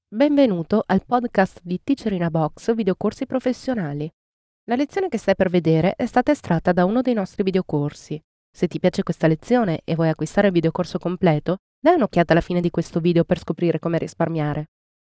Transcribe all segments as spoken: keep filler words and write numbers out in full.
Benvenuto al podcast di Teacher in a Box videocorsi professionali. La lezione che stai per vedere è stata estratta da uno dei nostri videocorsi. Se ti piace questa lezione e vuoi acquistare il videocorso completo, dai un'occhiata alla fine di questo video per scoprire come risparmiare.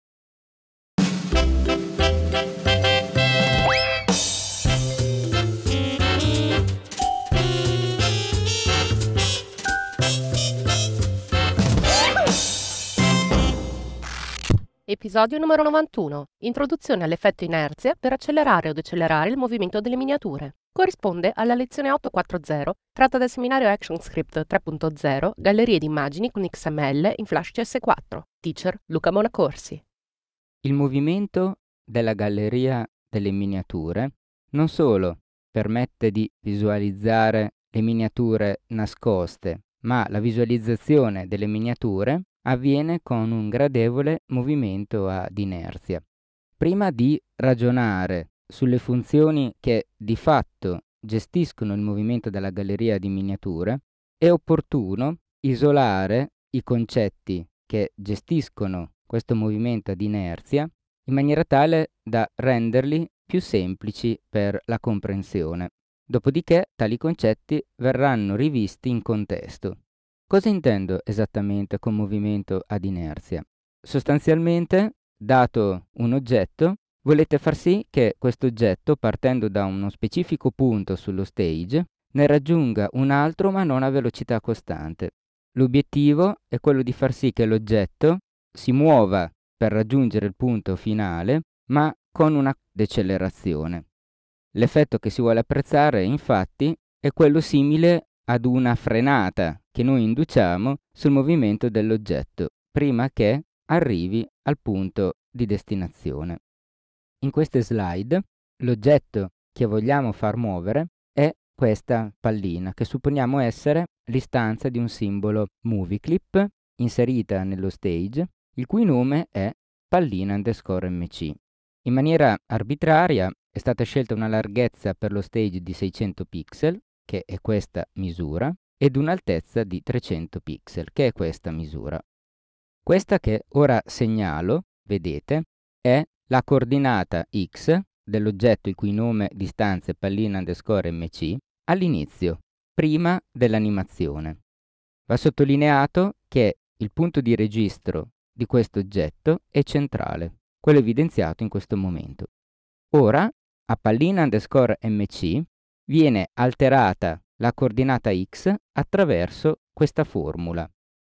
Episodio numero novantuno. Introduzione all'effetto inerzia per accelerare o decelerare il movimento delle miniature. Corrisponde alla lezione otto punto quattro tratta dal seminario ActionScript tre punto zero Gallerie di immagini con X M L in Flash C S quattro. Teacher Luca Monacorsi. Il movimento della galleria delle miniature non solo permette di visualizzare le miniature nascoste, ma la visualizzazione delle miniature avviene con un gradevole movimento ad inerzia. Prima di ragionare sulle funzioni che di fatto gestiscono il movimento della galleria di miniature, è opportuno isolare i concetti che gestiscono questo movimento ad inerzia in maniera tale da renderli più semplici per la comprensione. Dopodiché tali concetti verranno rivisti in contesto. Cosa intendo esattamente con movimento ad inerzia? Sostanzialmente, dato un oggetto, volete far sì che questo oggetto, partendo da uno specifico punto sullo stage, ne raggiunga un altro ma non a velocità costante. L'obiettivo è quello di far sì che l'oggetto si muova per raggiungere il punto finale, ma con una decelerazione. L'effetto che si vuole apprezzare, infatti, è quello simile ad una frenata che noi induciamo sul movimento dell'oggetto prima che arrivi al punto di destinazione. In queste slide l'oggetto che vogliamo far muovere è questa pallina che supponiamo essere l'istanza di un simbolo movie clip inserita nello stage, il cui nome è pallina underscore mc. In maniera arbitraria è stata scelta una larghezza per lo stage di seicento pixel, che è questa misura, ed un'altezza di trecento pixel, che è questa misura. Questa che ora segnalo, vedete, è la coordinata x dell'oggetto il cui nome distanza è pallina underscore mc all'inizio, prima dell'animazione. Va sottolineato che il punto di registro di questo oggetto è centrale, quello evidenziato in questo momento. Ora, a pallina underscore mc viene alterata la coordinata x attraverso questa formula.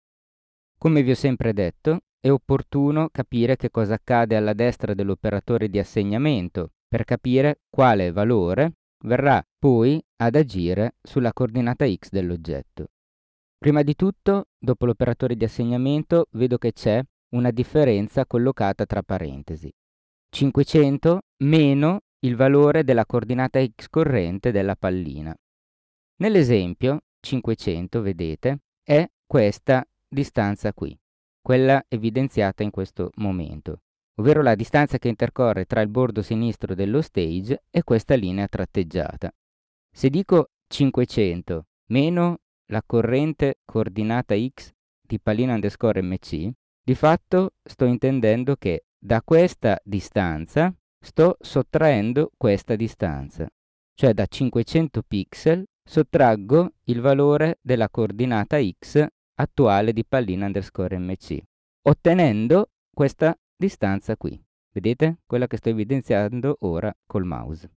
Come vi ho sempre detto, è opportuno capire che cosa accade alla destra dell'operatore di assegnamento per capire quale valore verrà poi ad agire sulla coordinata x dell'oggetto. Prima di tutto, dopo l'operatore di assegnamento, vedo che c'è una differenza collocata tra parentesi. cinquecento meno il valore della coordinata x corrente della pallina. Nell'esempio, cinquecento, vedete, è questa distanza qui, quella evidenziata in questo momento, ovvero la distanza che intercorre tra il bordo sinistro dello stage e questa linea tratteggiata. Se dico cinquecento meno la corrente coordinata x di pallina underscore mc, di fatto sto intendendo che da questa distanza sto sottraendo questa distanza, cioè da cinquecento pixel sottraggo il valore della coordinata x attuale di pallina underscore mc, ottenendo questa distanza qui. Vedete? Quella che sto evidenziando ora col mouse.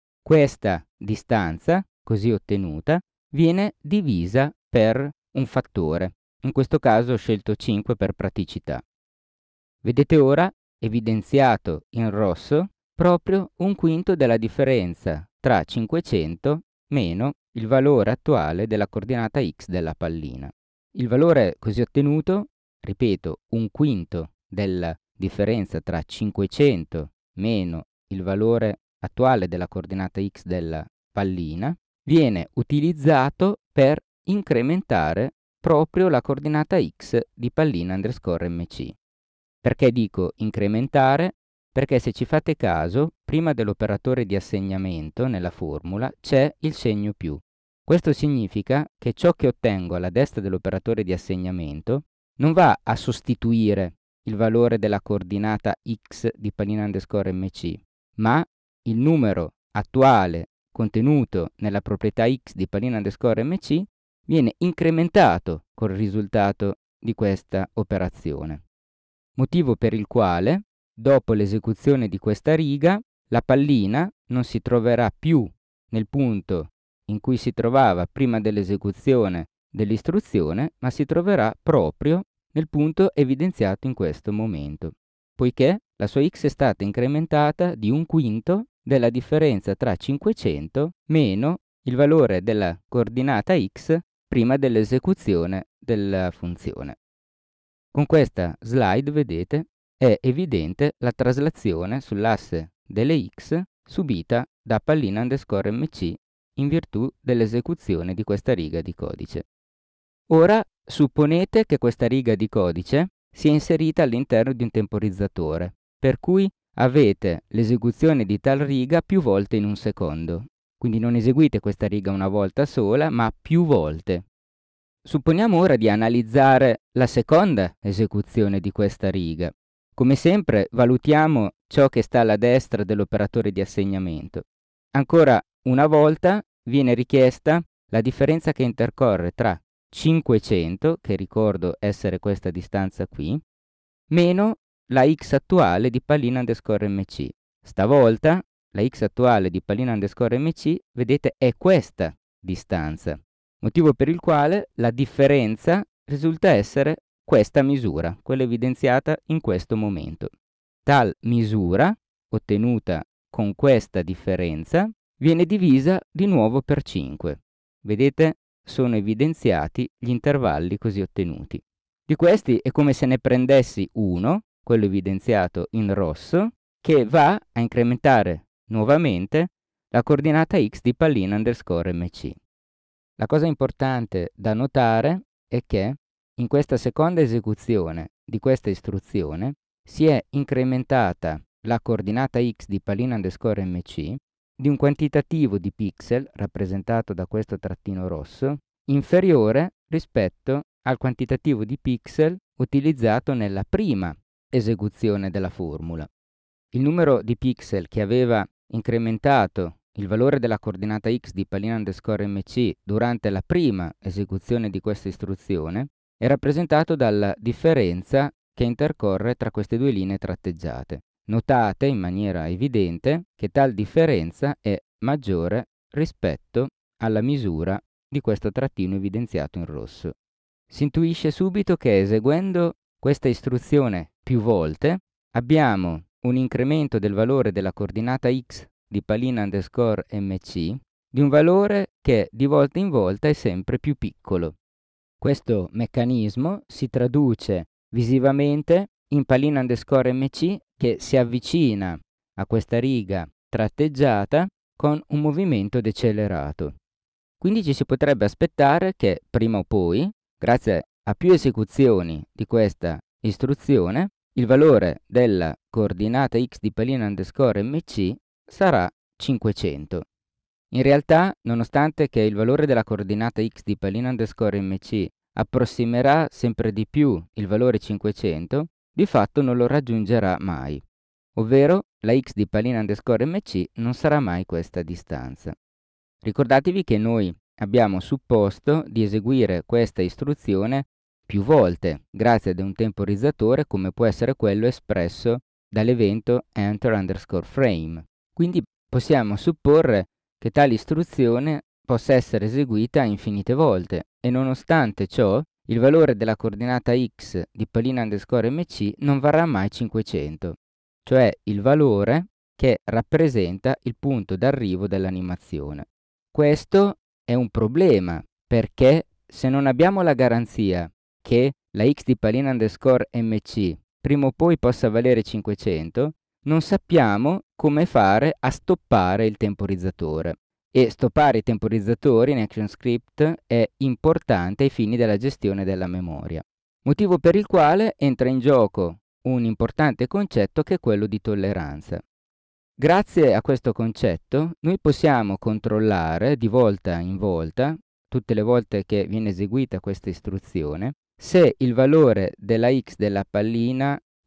Questa distanza, così ottenuta, viene divisa per un fattore. In questo caso ho scelto cinque per praticità. Vedete ora, evidenziato in rosso, proprio un quinto della differenza tra cinquecento meno il valore attuale della coordinata x della pallina. Il valore così ottenuto, ripeto, un quinto della differenza tra cinquecento meno il valore attuale della coordinata x della pallina, viene utilizzato per incrementare proprio la coordinata x di pallina underscore mc. Perché dico incrementare? Perché se ci fate caso, prima dell'operatore di assegnamento nella formula c'è il segno più. Questo significa che ciò che ottengo alla destra dell'operatore di assegnamento non va a sostituire il valore della coordinata x di pallina underscore mc, ma il numero attuale contenuto nella proprietà x di pallina underscore mc viene incrementato col risultato di questa operazione. Motivo per il quale, dopo l'esecuzione di questa riga, la pallina non si troverà più nel punto in cui si trovava prima dell'esecuzione dell'istruzione, ma si troverà proprio nel punto evidenziato in questo momento, poiché la sua x è stata incrementata di un quinto della differenza tra cinquecento meno il valore della coordinata x prima dell'esecuzione della funzione. Con questa slide, vedete, è evidente la traslazione sull'asse delle x subita da pallina underscore mc in virtù dell'esecuzione di questa riga di codice. Ora supponete che questa riga di codice sia inserita all'interno di un temporizzatore, per cui avete l'esecuzione di tal riga più volte in un secondo. Quindi non eseguite questa riga una volta sola, ma più volte. Supponiamo ora di analizzare la seconda esecuzione di questa riga. Come sempre valutiamo ciò che sta alla destra dell'operatore di assegnamento. Ancora una volta viene richiesta la differenza che intercorre tra cinquecento, che ricordo essere questa distanza qui, meno la x attuale di pallina underscore mc. Stavolta la x attuale di pallina underscore mc, vedete, è questa distanza, motivo per il quale la differenza risulta essere questa misura, quella evidenziata in questo momento. Tal misura, ottenuta con questa differenza, viene divisa di nuovo per cinque. Vedete, sono evidenziati gli intervalli così ottenuti. Di questi è come se ne prendessi uno, quello evidenziato in rosso, che va a incrementare nuovamente la coordinata x di pallina underscore mc. La cosa importante da notare è che in questa seconda esecuzione di questa istruzione si è incrementata la coordinata x di pallina underscore mc di un quantitativo di pixel, rappresentato da questo trattino rosso, inferiore rispetto al quantitativo di pixel utilizzato nella prima esecuzione della formula. Il numero di pixel che aveva incrementato il valore della coordinata x di pallina underscore mc durante la prima esecuzione di questa istruzione è rappresentato dalla differenza che intercorre tra queste due linee tratteggiate. Notate in maniera evidente che tal differenza è maggiore rispetto alla misura di questo trattino evidenziato in rosso. Si intuisce subito che eseguendo questa istruzione più volte abbiamo un incremento del valore della coordinata x di pallina underscore mc di un valore che di volta in volta è sempre più piccolo. Questo meccanismo si traduce visivamente in pallina underscore mc che si avvicina a questa riga tratteggiata con un movimento decelerato. Quindi ci si potrebbe aspettare che prima o poi, grazie a più esecuzioni di questa istruzione, il valore della coordinata x di pallina underscore mc sarà cinquecento. In realtà, nonostante che il valore della coordinata x di pallina underscore mc approssimerà sempre di più il valore cinquecento, di fatto non lo raggiungerà mai, ovvero la x di pallina underscore mc non sarà mai questa distanza. Ricordatevi che noi abbiamo supposto di eseguire questa istruzione più volte, grazie ad un temporizzatore come può essere quello espresso dall'evento enter underscore frame. Quindi possiamo supporre che tale istruzione possa essere eseguita infinite volte e nonostante ciò il valore della coordinata x di pallina underscore mc non varrà mai cinquecento, cioè il valore che rappresenta il punto d'arrivo dell'animazione. Questo è un problema perché se non abbiamo la garanzia che la x di pallina underscore mc prima o poi possa valere cinquecento, non sappiamo come fare a stoppare il temporizzatore. E stoppare i temporizzatori in ActionScript è importante ai fini della gestione della memoria. Motivo per il quale entra in gioco un importante concetto che è quello di tolleranza. Grazie a questo concetto noi possiamo controllare di volta in volta, tutte le volte che viene eseguita questa istruzione, se il valore della x della pallina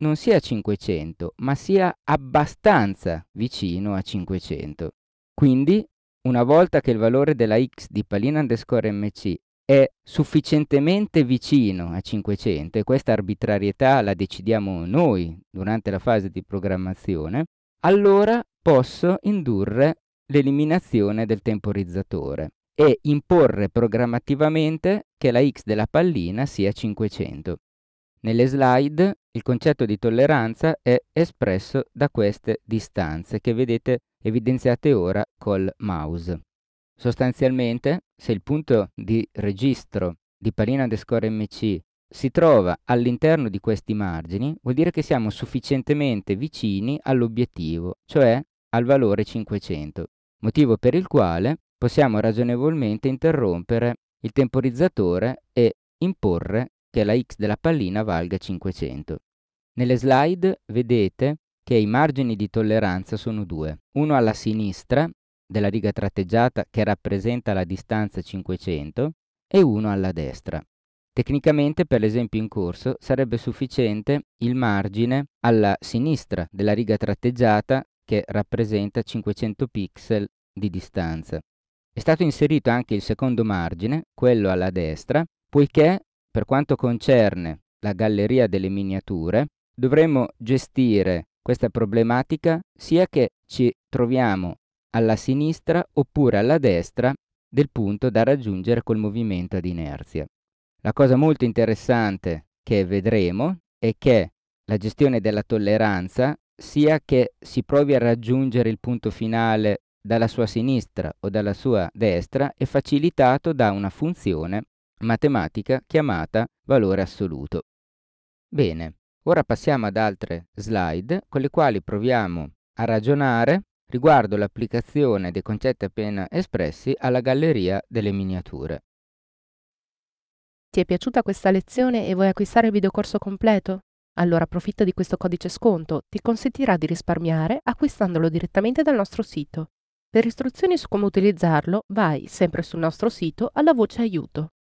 non sia cinquecento, ma sia abbastanza vicino a cinquecento. Quindi, una volta che il valore della x di pallina underscore mc è sufficientemente vicino a cinquecento, e questa arbitrarietà la decidiamo noi durante la fase di programmazione, allora posso indurre l'eliminazione del temporizzatore e imporre programmativamente che la x della pallina sia cinquecento. Nelle slide il concetto di tolleranza è espresso da queste distanze che vedete evidenziate ora col mouse. Sostanzialmente, se il punto di registro di pallina underscore mc si trova all'interno di questi margini, vuol dire che siamo sufficientemente vicini all'obiettivo, cioè al valore cinquecento, motivo per il quale possiamo ragionevolmente interrompere il temporizzatore e imporre che la x della pallina valga cinquecento. Nelle slide vedete che i margini di tolleranza sono due, uno alla sinistra della riga tratteggiata che rappresenta la distanza cinquecento e uno alla destra. Tecnicamente, per l'esempio in corso, sarebbe sufficiente il margine alla sinistra della riga tratteggiata che rappresenta cinquecento pixel di distanza. È stato inserito anche il secondo margine, quello alla destra, poiché per quanto concerne la galleria delle miniature, dovremmo gestire questa problematica sia che ci troviamo alla sinistra oppure alla destra del punto da raggiungere col movimento ad inerzia. La cosa molto interessante che vedremo è che la gestione della tolleranza, sia che si provi a raggiungere il punto finale dalla sua sinistra o dalla sua destra, è facilitato da una funzione matematica chiamata valore assoluto. Bene, ora passiamo ad altre slide con le quali proviamo a ragionare riguardo l'applicazione dei concetti appena espressi alla galleria delle miniature. Ti è piaciuta questa lezione e vuoi acquistare il videocorso completo? Allora approfitta di questo codice sconto, ti consentirà di risparmiare acquistandolo direttamente dal nostro sito. Per istruzioni su come utilizzarlo, vai sempre sul nostro sito alla voce aiuto.